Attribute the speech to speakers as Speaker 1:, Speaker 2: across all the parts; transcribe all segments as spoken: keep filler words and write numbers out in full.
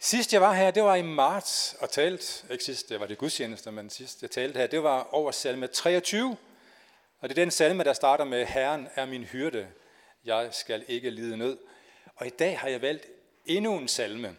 Speaker 1: Sidst jeg var her, det var i marts og talte, ikke sidst, det var det gudstjeneste, men sidst jeg talte her, det var over salme treogtyve. Og det er den salme, der starter med, Herren er min hyrde, jeg skal ikke lide nød. Og i dag har jeg valgt endnu en salme.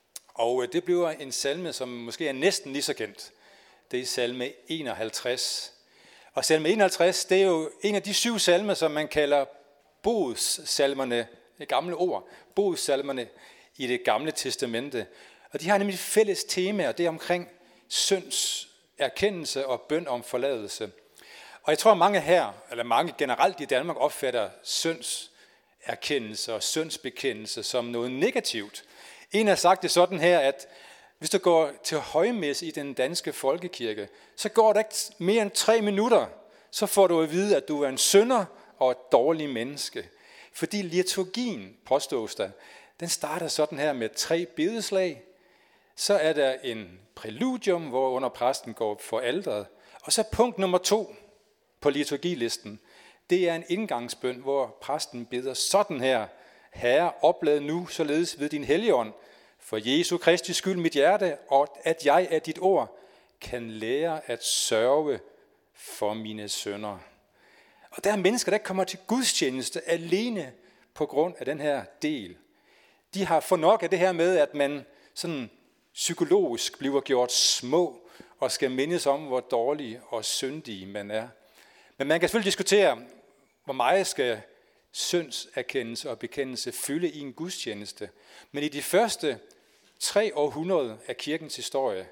Speaker 1: Og det bliver en salme, som måske er næsten lige så kendt. Det er salme enoghalvtreds. Og salme enoghalvtreds, det er jo en af de syv salmer, som man kalder bodssalmerne, det gamle ord, bodssalmerne i det gamle testamente. Og de har nemlig fælles temaer, det er omkring synds erkendelse og bøn om forladelse. Og jeg tror, mange her, eller mange generelt i Danmark, opfatter synds erkendelse og syndsbekendelse som noget negativt. En har sagt det sådan her, at hvis du går til højmesse i den danske folkekirke, så går der ikke mere end tre minutter, så får du at vide, at du er en synder og et dårligt menneske. Fordi liturgien, påstås der, den starter sådan her med tre bedeslag. Så er der en præludium, hvor under præsten går for alteret. Og så punkt nummer to på liturgilisten, det er en indgangsbøn, hvor præsten beder sådan her. Herre, oplad nu således ved din helligånd, for Jesu Kristi skyld mit hjerte, og at jeg af dit ord kan lære at sørge for mine synder. Og der er mennesker, der kommer til gudstjeneste alene på grund af den her del. De har for nok af det her med, at man sådan psykologisk bliver gjort små og skal mindes om, hvor dårlig og syndig man er. Men man kan selvfølgelig diskutere, hvor meget skal syndserkendelse og bekendelse fylde i en gudstjeneste. Men i de første tre århundreder af kirkens historie,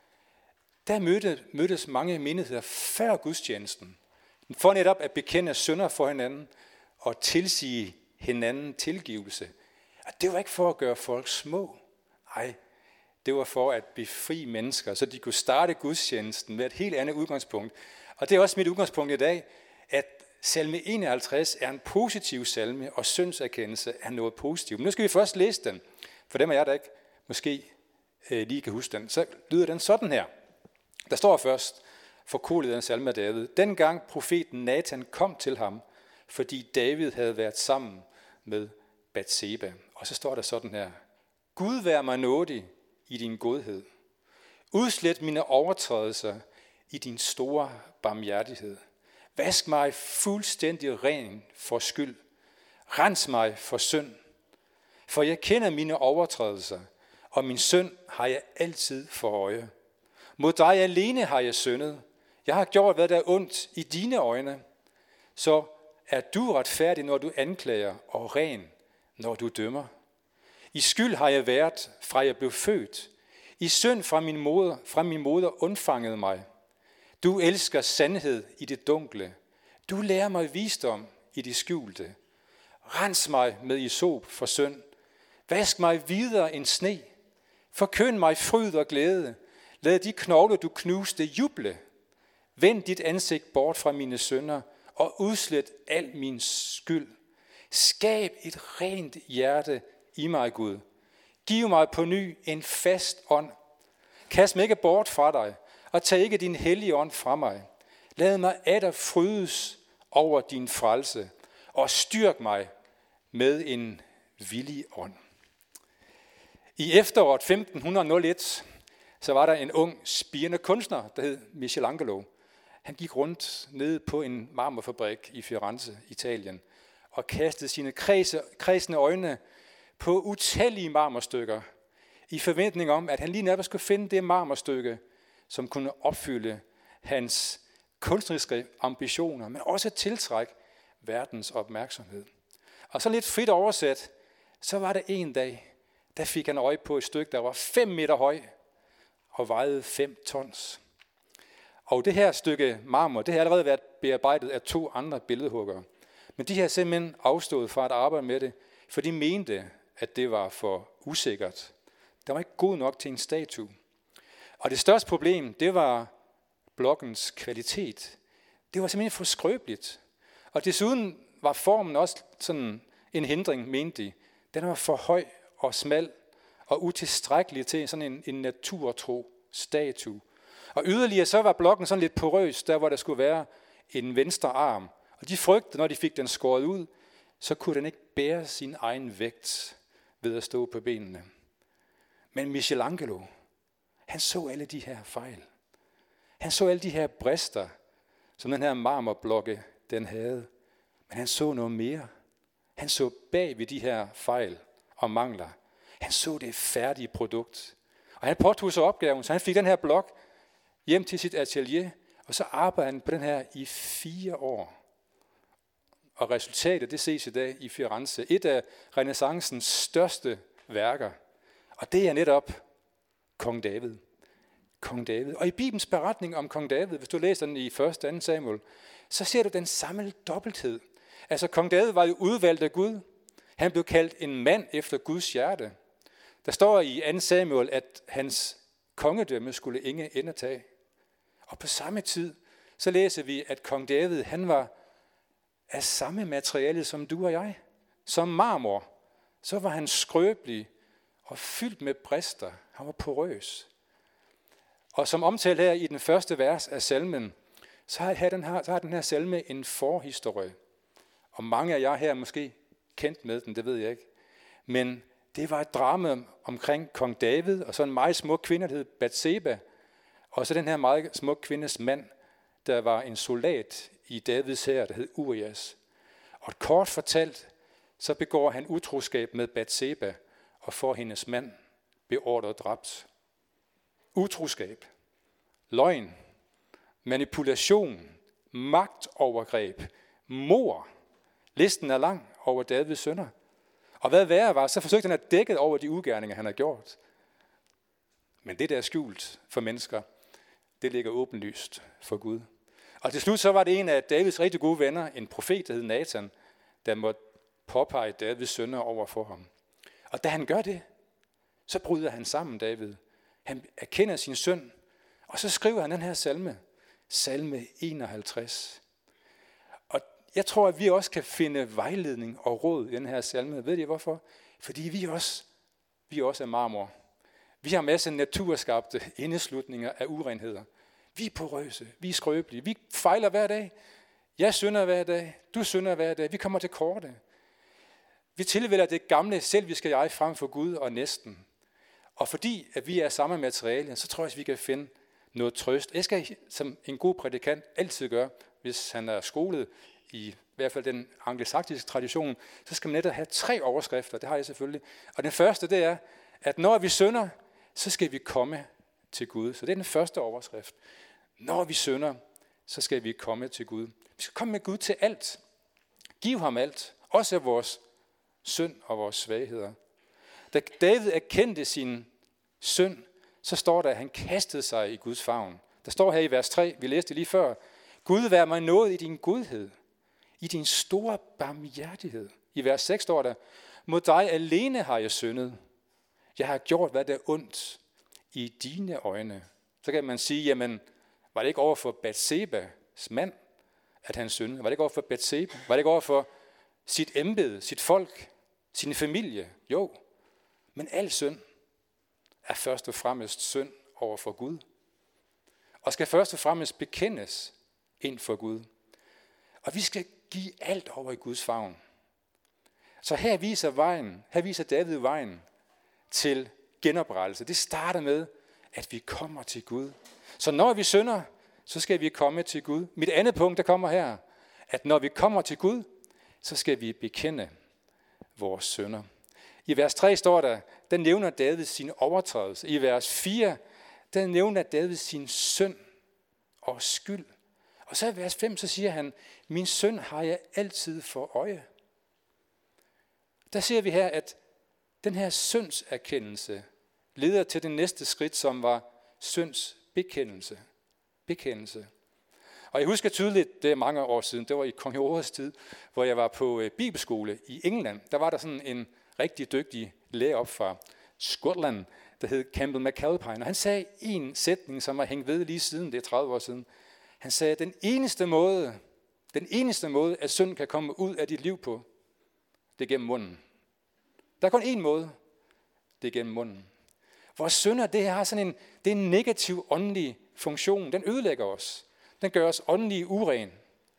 Speaker 1: der mødte, mødtes mange menigheder før gudstjenesten. For netop at bekende synder for hinanden og tilsige hinanden tilgivelse. Og det var ikke for at gøre folk små. Nej, det var for at befri mennesker, så de kunne starte gudstjenesten med et helt andet udgangspunkt. Og det er også mit udgangspunkt i dag, at salme enoghalvtreds er en positiv salme, og syndserkendelse er noget positivt. Men nu skal vi først læse den, for dem af jer, der ikke måske øh, lige kan huske den. Så lyder den sådan her. Der står først, forkolet en salme af David. Dengang profeten Nathan kom til ham, fordi David havde været sammen med Batseba. Og så står der sådan her. Gud vær mig nådig i din godhed. Udslet mine overtrædelser i din store barmhjertighed. Vask mig fuldstændig ren for skyld. Rens mig for synd. For jeg kender mine overtrædelser, og min synd har jeg altid for øje. Mod dig alene har jeg syndet. Jeg har gjort, hvad der er ondt i dine øjne. Så er du retfærdig, når du anklager, og ren, når du dømmer. I skyld har jeg været, fra jeg blev født. I synd fra min moder, fra min moder undfangede mig. Du elsker sandhed i det dunkle. Du lærer mig visdom i det skjulte. Rens mig med isop for synd. Vask mig videre end sne. Forkynd mig fryd og glæde. Lad de knogler, du knuste, juble. Vend dit ansigt bort fra mine synder og udslet al min skyld. Skab et rent hjerte i mig, Gud. Giv mig på ny en fast ånd. Kast mig ikke bort fra dig, og tag ikke din hellige ånd fra mig. Lad mig atter frydes over din frelse, og styrk mig med en villig ånd. I efteråret femten nul et, så var der en ung spirende kunstner, der hed Michelangelo. Han gik rundt nede på en marmorfabrik i Firenze, Italien, og kastede sine kredsende øjne på utallige marmorstykker, i forventning om, at han lige netop skulle finde det marmorstykke, som kunne opfylde hans kunstneriske ambitioner, men også tiltrække verdens opmærksomhed. Og så lidt frit oversat, så var der en dag, der fik han øje på et stykke, der var fem meter høj og vejede fem tons. Og det her stykke marmor, det har allerede været bearbejdet af to andre billedhuggere. Men de har simpelthen afstået fra at arbejde med det, for de mente, at det var for usikkert. Der var ikke god nok til en statue. Og det største problem, det var blokkens kvalitet. Det var simpelthen for skrøbeligt. Og desuden var formen også sådan en hindring, mente de. Den var for høj og smal og utilstrækkelig til sådan en, en naturtro statue. Og yderligere så var blokken sådan lidt porøs, der hvor der skulle være en venstre arm. Og de frygtede, når de fik den skåret ud, så kunne den ikke bære sin egen vægt ved at stå på benene. Men Michelangelo, han så alle de her fejl. Han så alle de her brister, som den her marmorblokke, den havde. Men han så noget mere. Han så bag ved de her fejl og mangler. Han så det færdige produkt. Og han påtog sig opgaven, så han fik den her blok hjem til sit atelier, og så arbejdede han på den her i fire år. Og resultatet, det ses i dag i Firenze. Et af renæssancens største værker. Og det er netop Kong David. Kong David. Og i Bibelens beretning om Kong David, hvis du læser den i første og anden Samuel, så ser du den samme dobbelthed. Altså, Kong David var jo udvalgt af Gud. Han blev kaldt en mand efter Guds hjerte. Der står i anden Samuel, at hans kongedømme skulle ingen ende tage. Og på samme tid, så læser vi, at Kong David, han var af samme materiale som du og jeg. Som marmor, så var han skrøbelig og fyldt med brister. Han var porøs. Og som omtalt her i den første vers af salmen, så har den her, så har den her salme en forhistorie. Og mange af jer her er måske kendt med den, det ved jeg ikke. Men det var et drama omkring kong David, og så en meget smuk kvinde, der hed Batseba. Og så den her meget smuk kvindes mand, der var en soldat i Davids hær, der hed Urias. Og kort fortalt, så begår han utroskab med Batseba, og får hendes mand beordret dræbt. Utroskab, løgn, manipulation, magtovergreb, mord. Listen er lang over Davids synder. Og hvad værre var, så forsøgte han at dække over de ugerninger, han har gjort. Men det, der er skjult for mennesker, det ligger åbenlyst for Gud. Og til slut så var det en af Davids rigtig gode venner, en profet, der hed Nathan, der måtte påpege Davids synder over for ham. Og da han gør det, så bryder han sammen, David. Han erkender sin synd, og så skriver han den her salme, salme enoghalvtreds. Og jeg tror, at vi også kan finde vejledning og råd i den her salme. Ved I hvorfor? Fordi vi også, vi også er marmor. Vi har masser af naturskabte indeslutninger af urenheder. Vi er porøse, vi er skrøbelige, vi fejler hver dag. Jeg synder hver dag, du synder hver dag, vi kommer til korte. Vi tilvælger det gamle selviske jeg frem for Gud og næsten. Og fordi at vi er samme materiale, så tror jeg, at vi kan finde noget trøst. Jeg skal, som en god prædikant, altid gøre, hvis han er skolet i, i hvert fald den angelsaksiske tradition, så skal man netop have tre overskrifter, det har jeg selvfølgelig. Og den første, det er, at når vi synder, så skal vi komme til Gud. Så det er den første overskrift. Når vi synder, så skal vi komme til Gud. Vi skal komme med Gud til alt. Giv ham alt, også vores synd og vores svagheder. Da David erkendte sin synd, så står der, at han kastede sig i Guds favn. Der står her i vers tre, vi læste lige før, Gud vær mig noget i din godhed, i din store barmhjertighed. I vers seks står der, mod dig alene har jeg syndet. Jeg har gjort, hvad der er ondt i dine øjne. Så kan man sige, jamen, var det ikke over for Batsebas mand, at han syndede? Var det ikke over for Batseba? Var det ikke over for sit embede, sit folk, sin familie? Jo, men al synd er først og fremmest synd over for Gud. Og skal først og fremmest bekendes ind for Gud. Og vi skal give alt over i Guds favn. Så her viser vejen, her viser David vejen til genoprettelse. Det starter med, at vi kommer til Gud. Så når vi synder, så skal vi komme til Gud. Mit andet punkt, der kommer her, at når vi kommer til Gud, så skal vi bekende vores synder. I vers tre står der, der nævner David sin overtrædelse. I vers fire, der nævner David sin synd og skyld. Og så i vers fem, så siger han, min synd har jeg altid for øje. Der ser vi her, at den her syndserkendelse leder til det næste skridt, som var syndsbekendelse. Bekendelse. Og jeg husker tydeligt, det er mange år siden, det var i kong Herodes tid, hvor jeg var på bibelskole i England. Der var der sådan en rigtig dygtig lærer op fra Skotland, der hed Campbell McAlpine. Og han sagde en sætning, som har hængt ved lige siden, det er tredive år siden. Han sagde, at den eneste måde, den eneste måde, at synd kan komme ud af dit liv på, det er gennem munden. Der er kun én måde, det er gennem munden. Vores synder, det har sådan en, det er en negativ åndelig funktion. Den ødelægger os. Den gør os åndelige uren.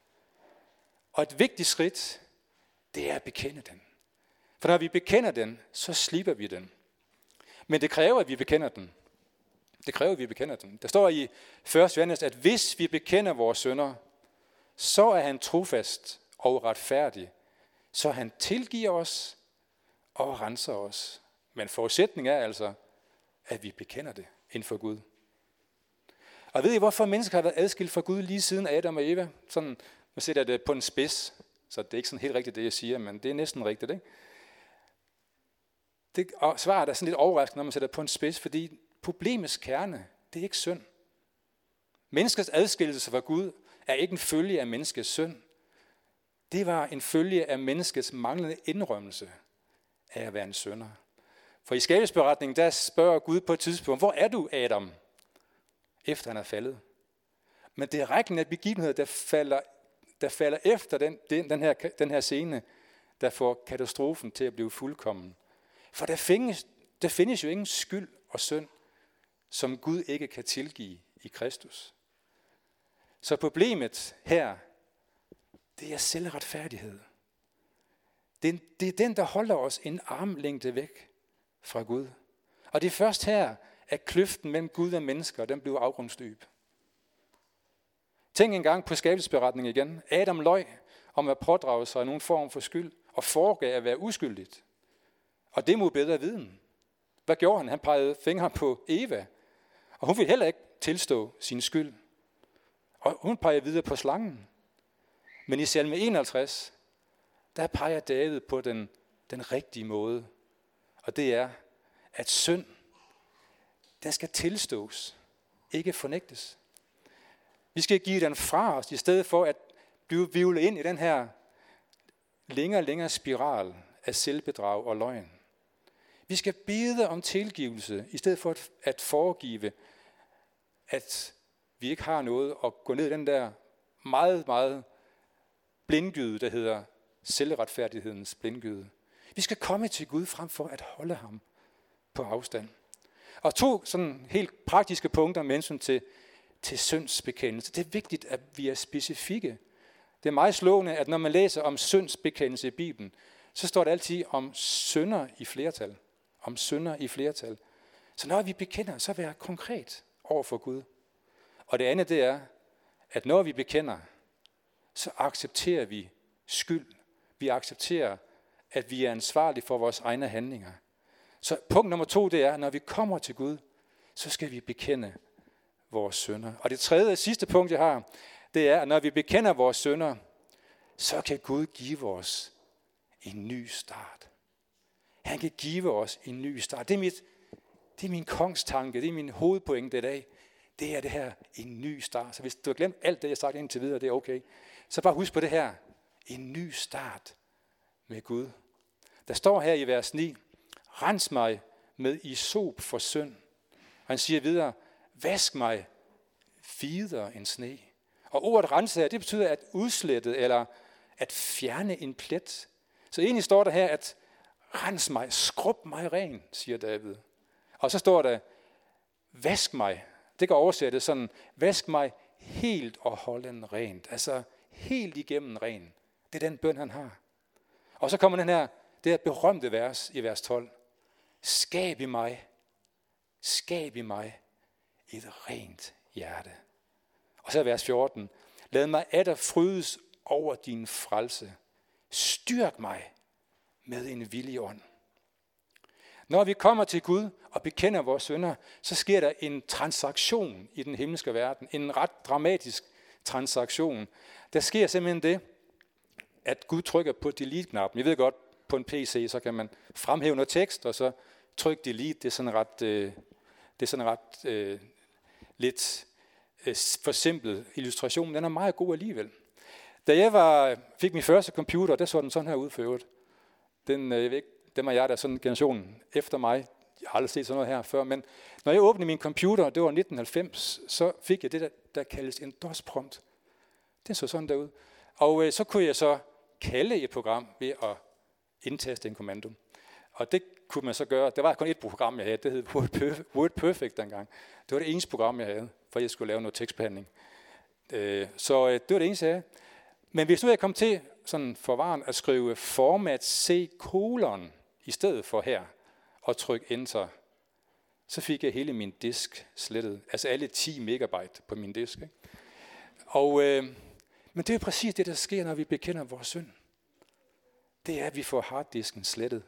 Speaker 1: Og et vigtigt skridt, det er at bekende den. For når vi bekender den, så slipper vi den. Men det kræver, at vi bekender den. Det kræver, at vi bekender den. Der står i første Johannes, at hvis vi bekender vores synder, så er han trofast og retfærdig, så han tilgiver os og renser os. Men forudsætningen er altså, at vi bekender det inden for Gud. Og ved I, hvorfor mennesker har været adskilt fra Gud lige siden Adam og Eva? Sådan, man sætter det på en spids, så det er ikke sådan helt rigtigt det, jeg siger, men det er næsten rigtigt, ikke? Det, og svaret er sådan lidt overraskende, når man sætter det på en spids, fordi problemets kerne, det er ikke synd. Menneskets adskillelse fra Gud er ikke en følge af menneskets synd. Det var en følge af menneskets manglende indrømmelse af at være en synder. For i skabelsesberetningen, der spørger Gud på et tidspunkt, hvor er du, Adam? Efter han er faldet. Men det er rækken af begivenheder, der falder, der falder efter den, den, den, her, den her scene, der får katastrofen til at blive fuldkommen. For der findes, der findes jo ingen skyld og synd, som Gud ikke kan tilgive i Kristus. Så problemet her, det er selvretfærdighed. Det, det er den, der holder os en armlængde væk fra Gud. Og det er først her, at kløften mellem Gud og mennesker, den bliver afgrundsdyb. Tænk engang på skabelsesberetningen igen. Adam løj om at pådrage sig nogen form for skyld, og foregav at være uskyldigt. Og det mod bedre viden. Hvad gjorde han? Han pegede fingre på Eva, og hun ville heller ikke tilstå sin skyld. Og hun pegede videre på slangen. Men i salme enoghalvtreds, der peger David på den, den rigtige måde. Og det er, at synd, den skal tilstås, ikke fornægtes. Vi skal give den fra os, i stedet for at blive hvirvlet ind i den her længere og længere spiral af selvbedrag og løgn. Vi skal bede om tilgivelse, i stedet for at foregive, at vi ikke har noget at gå ned i den der meget, meget blindgyde, der hedder selvretfærdighedens blindgyde. Vi skal komme til Gud frem for at holde ham på afstand. Og to sådan helt praktiske punkter med hensyn til, til syndsbekendelse. Det er vigtigt, at vi er specifikke. Det er meget slående, at når man læser om syndsbekendelse i Bibelen, så står det altid om synder i flertal. Om synder i flertal. Så når vi bekender, så vær konkret over for Gud. Og det andet, det er, at når vi bekender, så accepterer vi skyld. Vi accepterer, at vi er ansvarlige for vores egne handlinger. Så punkt nummer to, det er, at når vi kommer til Gud, så skal vi bekende vores synder. Og det tredje og sidste punkt, jeg har, det er, at når vi bekender vores synder, så kan Gud give os en ny start. Han kan give os en ny start. Det er, mit, det er min kongstanke, det er min hovedpointe i dag. Det er det her, en ny start. Så hvis du har glemt alt det, jeg har sagt indtil videre, det er okay. Så bare husk på det her, en ny start med Gud. Der står her i vers ni, rens mig med isop for synd. Og han siger videre, vask mig hvidere end sne. Og ordet rense her, det betyder at udslette eller at fjerne en plet. Så egentlig står der her, at rens mig, skrub mig ren, siger David. Og så står der, vask mig. Det kan oversættes sådan, vask mig helt og holden rent. Altså helt igennem ren. Det er den bøn, han har. Og så kommer den her, det her berømte vers i vers tolv. Skab i mig, skab i mig et rent hjerte. Og så vers fjorten. Lad mig atter frydes over din frelse. Styrk mig med en villig ånd. Når vi kommer til Gud og bekender vores synder, så sker der en transaktion i den himmelske verden. En ret dramatisk transaktion. Der sker simpelthen det, at Gud trykker på delete-knappen. Jeg ved godt, på en P C, så kan man fremhæve noget tekst, og så trykke delete. Det er sådan ret, øh, det er sådan ret øh, lidt øh, forsimplet illustration. Den er meget god alligevel. Da jeg var, fik min første computer, der så den sådan her ud for øvrigt. Den, øh, jeg ved ikke, dem og jeg, der er sådan en generation efter mig. Jeg har aldrig set sådan noget her før, men når jeg åbnede min computer, det var nitten halvfems, så fik jeg det, der, der kaldes en DOS-prompt. Den så sådan derud. Og øh, så kunne jeg så kalde et program ved at indtaste en kommando. Og det kunne man så gøre. Der var kun et program, jeg havde. Det hed Word Perfect dengang. Det var det eneste program, jeg havde, for jeg skulle lave noget tekstbehandling. Øh, så øh, det var det eneste, jeg havde. Men hvis nu jeg kom til sådan forvaren at skrive format C kolon i stedet for her, og trykke enter, så fik jeg hele min disk slettet. Altså alle ti megabyte på min disk. Ikke? Og, øh, men det er jo præcis det, der sker, når vi bekender vores synd. Det er, at vi får harddisken slettet.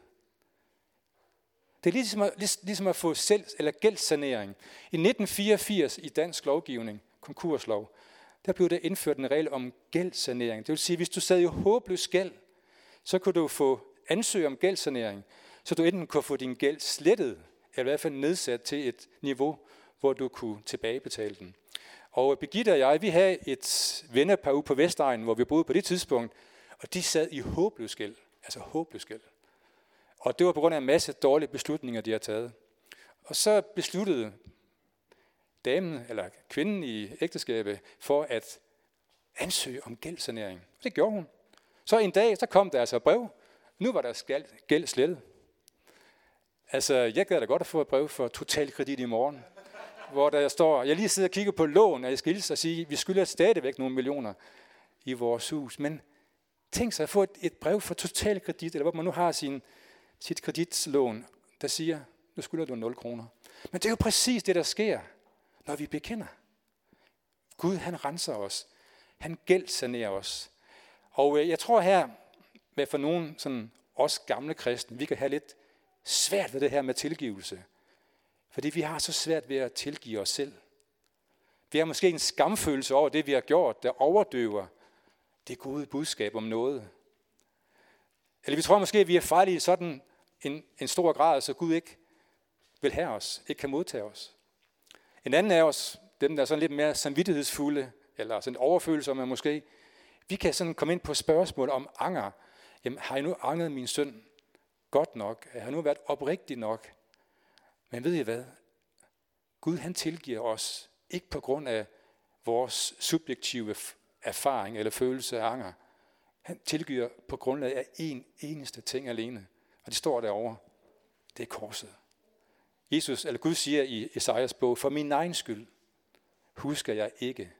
Speaker 1: Det er ligesom at, ligesom at få selv, eller gældssanering. I nitten fireogfirs i dansk lovgivning, konkurslov, der blev der indført en regel om gældssanering. Det vil sige, at hvis du sad i håbløs gæld, så kunne du få ansøge om gældssanering, så du enten kunne få din gæld slettet, eller i hvert fald nedsat til et niveau, hvor du kunne tilbagebetale den. Og Birgitte og jeg, vi havde et vennepar ude på Vestegnen, hvor vi boede på det tidspunkt, og de sad i håbløs gæld. Altså håbløs gæld. Og det var på grund af en masse dårlige beslutninger, de har taget. Og så besluttede damen, eller kvinden i ægteskabet, for at ansøge om gældssanering. Det gjorde hun. Så en dag, så kom der altså et brev. Nu var der gæld slettet. Altså, jeg gad da godt at få et brev for Totalkredit i morgen, hvor der står, jeg lige sidder og kigger på lån, og jeg skal hilse og sige, vi skylder stadigvæk nogle millioner i vores hus. Men tænk sig at få et, et brev for Totalkredit, eller hvor man nu har sin, sit kreditslån, der siger, nu skylder du nul kroner. Men det er jo præcis det, der sker, når vi bekender. Gud, han renser os. Han gældsanerer os. Og jeg tror her, med for nogen sådan os gamle kristne, vi kan have lidt svært ved det her med tilgivelse. Fordi vi har så svært ved at tilgive os selv. Vi har måske en skamfølelse over det, vi har gjort, der overdøver det gode budskab om noget. Eller vi tror måske, at vi er farlige i sådan en, en stor grad, så Gud ikke vil have os, ikke kan modtage os. En anden af os, dem der er sådan lidt mere samvittighedsfulde, eller sådan overfølsomme måske, vi kan sådan komme ind på spørgsmål om anger. Jamen, har jeg nu angret min synd godt nok? Har jeg nu været oprigtig nok? Men ved I hvad? Gud, han tilgiver os, ikke på grund af vores subjektive erfaring eller følelse af anger. Han tilgiver på grundlag af en eneste ting alene. Og det står derovre. Det er korset. Jesus, eller Gud siger i Esajas bog, for min egen skyld husker jeg ikke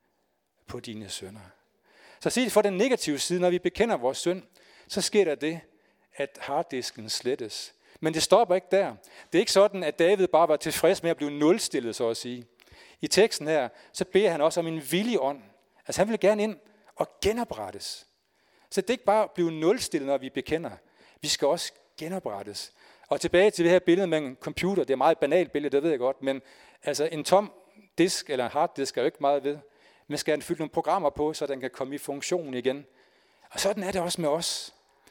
Speaker 1: på dine synder. Så sig for den negative side, når vi bekender vores synd, så sker der det, at harddisken slettes. Men det stopper ikke der. Det er ikke sådan, at David bare var tilfreds med at blive nulstillet, så at sige. I teksten her, så beder han også om en villig ånd. Altså han vil gerne ind og genoprettes. Så det er ikke bare at blive nulstillet, når vi bekender. Vi skal også genoprettes. Og tilbage til det her billede med en computer. Det er et meget banalt billede, det ved jeg godt. Men altså en tom disk eller en harddisk er jo ikke meget ved. Man skal have fyldt nogle programmer på, så den kan komme i funktion igen. Og sådan er det også med os.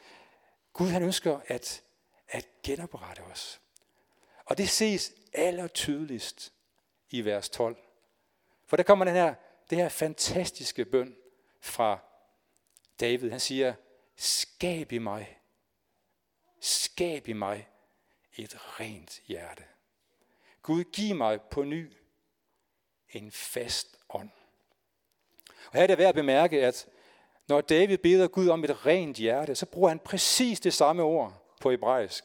Speaker 1: Gud han ønsker at, at genoprette os. Og det ses allertydeligst i vers tolv. For der kommer den her, det her fantastiske bøn fra David. Han siger, skab i mig, skab i mig et rent hjerte. Gud, giv mig på ny en fast ånd. Og her er det værd at bemærke, at når David beder Gud om et rent hjerte, så bruger han præcis det samme ord på hebraisk,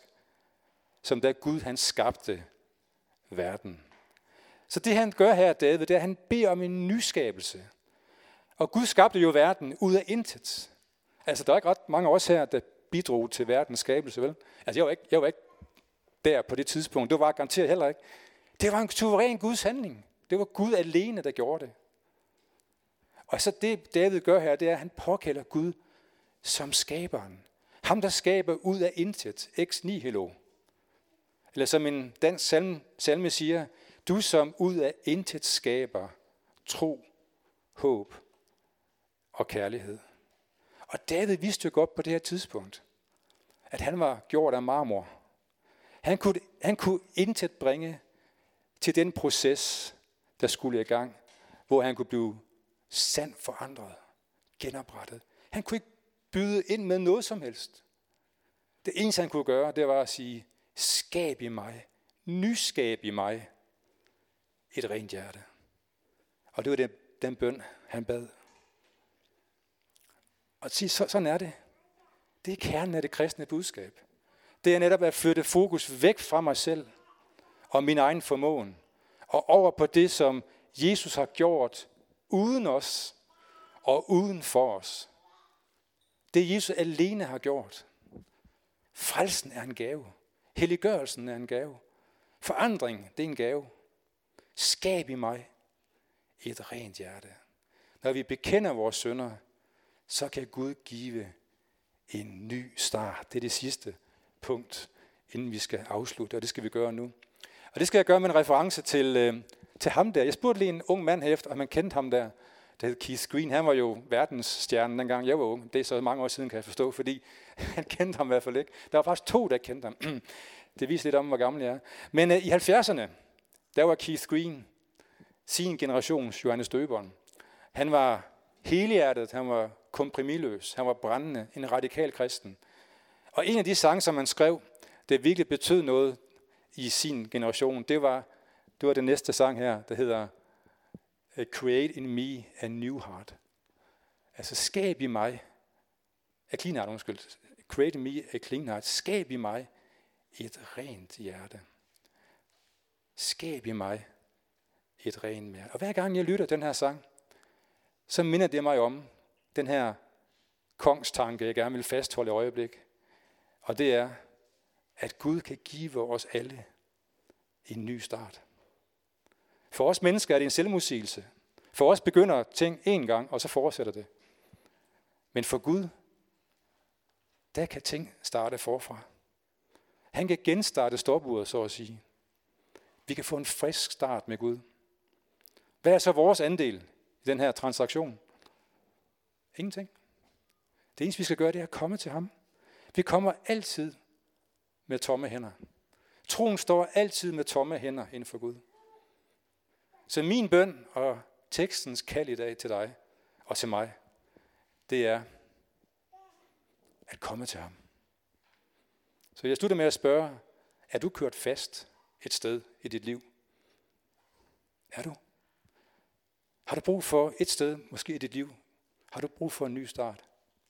Speaker 1: som da Gud han skabte verden. Så det han gør her, David, det er, at han beder om en nyskabelse. Og Gud skabte jo verden ud af intet. Altså der er ikke ret mange af os her, der bidrog til verdens skabelse, vel? Altså jeg var ikke, jeg var ikke der på det tidspunkt. Det var garanteret heller ikke. Det var en suveræn Guds handling. Det var Gud alene, der gjorde det. Og så det David gør her, det er, at han påkalder Gud som skaberen. Ham, der skaber ud af intet, ex nihilo. Eller som en dansk salme, salme siger, du som ud af intet skaber tro, håb og kærlighed. Og David vidste jo godt på det her tidspunkt, at han var gjort af marmor. Han kunne, han kunne intet bringe til den proces, der skulle i gang, hvor han kunne blive sandt forandret, genoprettet. Han kunne ikke byde ind med noget som helst. Det eneste han kunne gøre, det var at sige, skab i mig, nyskab i mig et rent hjerte. Og det var den, den bøn, han bad. Og sige, så, sådan er det. Det er kernen af det kristne budskab. Det er netop at flytte fokus væk fra mig selv og min egen formåen, og over på det, som Jesus har gjort uden os og uden for os. Det Jesus alene har gjort. Frelsen er en gave. Helliggørelsen er en gave. Forandring, det er en gave. Skab i mig et rent hjerte. Når vi bekender vores synder, så kan Gud give en ny start. Det er det sidste punkt, inden vi skal afslutte, og det skal vi gøre nu. Og det skal jeg gøre med en reference til, øh, til ham der. Jeg spurgte lige en ung mand herefter, om man kendte ham der. Det hed Keith Green. Han var jo verdensstjernen dengang jeg var ung. Det er så mange år siden, kan jeg forstå, fordi han kendte ham i hvert fald ikke. Der var faktisk to, der kendte ham. Det viser lidt om, hvor gammel jeg er. Men øh, i halvfjerdserne, der var Keith Green sin generations Johannes Døberen. Han var helhjertet, han var kompromisløs, han var brændende, en radikal kristen. Og en af de sange, som han skrev, det virkelig betød noget i sin generation, det var, det var den næste sang her, der hedder Create in me a new heart. Altså skab i mig, a clean heart, undskyld. Create in me a clean heart. Skab i mig et rent hjerte. Skab i mig et rent hjerte. Og hver gang jeg lytter den her sang, så minder det mig om den her kongstanke, jeg gerne vil fastholde i øjeblik. Og det er, at Gud kan give os alle en ny start. For os mennesker er det en selvmodsigelse. For os begynder ting en gang, og så fortsætter det. Men for Gud, der kan ting starte forfra. Han kan genstarte stopuret, så at sige. Vi kan få en frisk start med Gud. Hvad er så vores andel i den her transaktion? Ingenting. Det eneste, vi skal gøre, det er at komme til ham. Vi kommer altid med tomme hænder. Troen står altid med tomme hænder inden for Gud. Så min bøn og tekstens kald i dag til dig og til mig, det er at komme til ham. Så jeg slutter med at spørge, er du kørt fast et sted i dit liv? Er du? Har du brug for et sted, måske i dit liv? Har du brug for en ny start?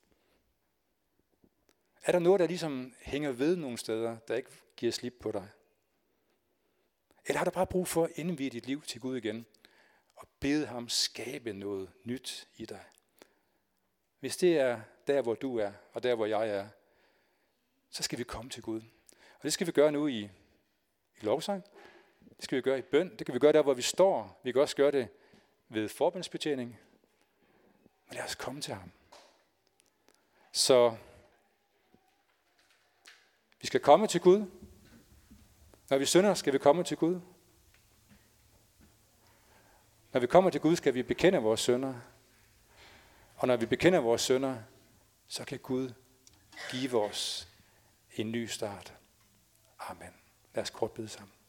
Speaker 1: Er der noget, der ligesom hænger ved nogle steder, der ikke giver slip på dig? Eller har du bare brug for at indvie dit liv til Gud igen, og bede ham skabe noget nyt i dig? Hvis det er der, hvor du er, og der, hvor jeg er, så skal vi komme til Gud. Og det skal vi gøre nu i, i lovsang. Det skal vi gøre i bøn. Det kan vi gøre der, hvor vi står. Vi kan også gøre det ved forbønsbetjening. Men lad os komme til ham. Så vi skal komme til Gud. Når vi synder, skal vi komme til Gud. Når vi kommer til Gud, skal vi bekende vores synder. Og når vi bekender vores synder, så kan Gud give os en ny start. Amen. Lad os kort bede sammen.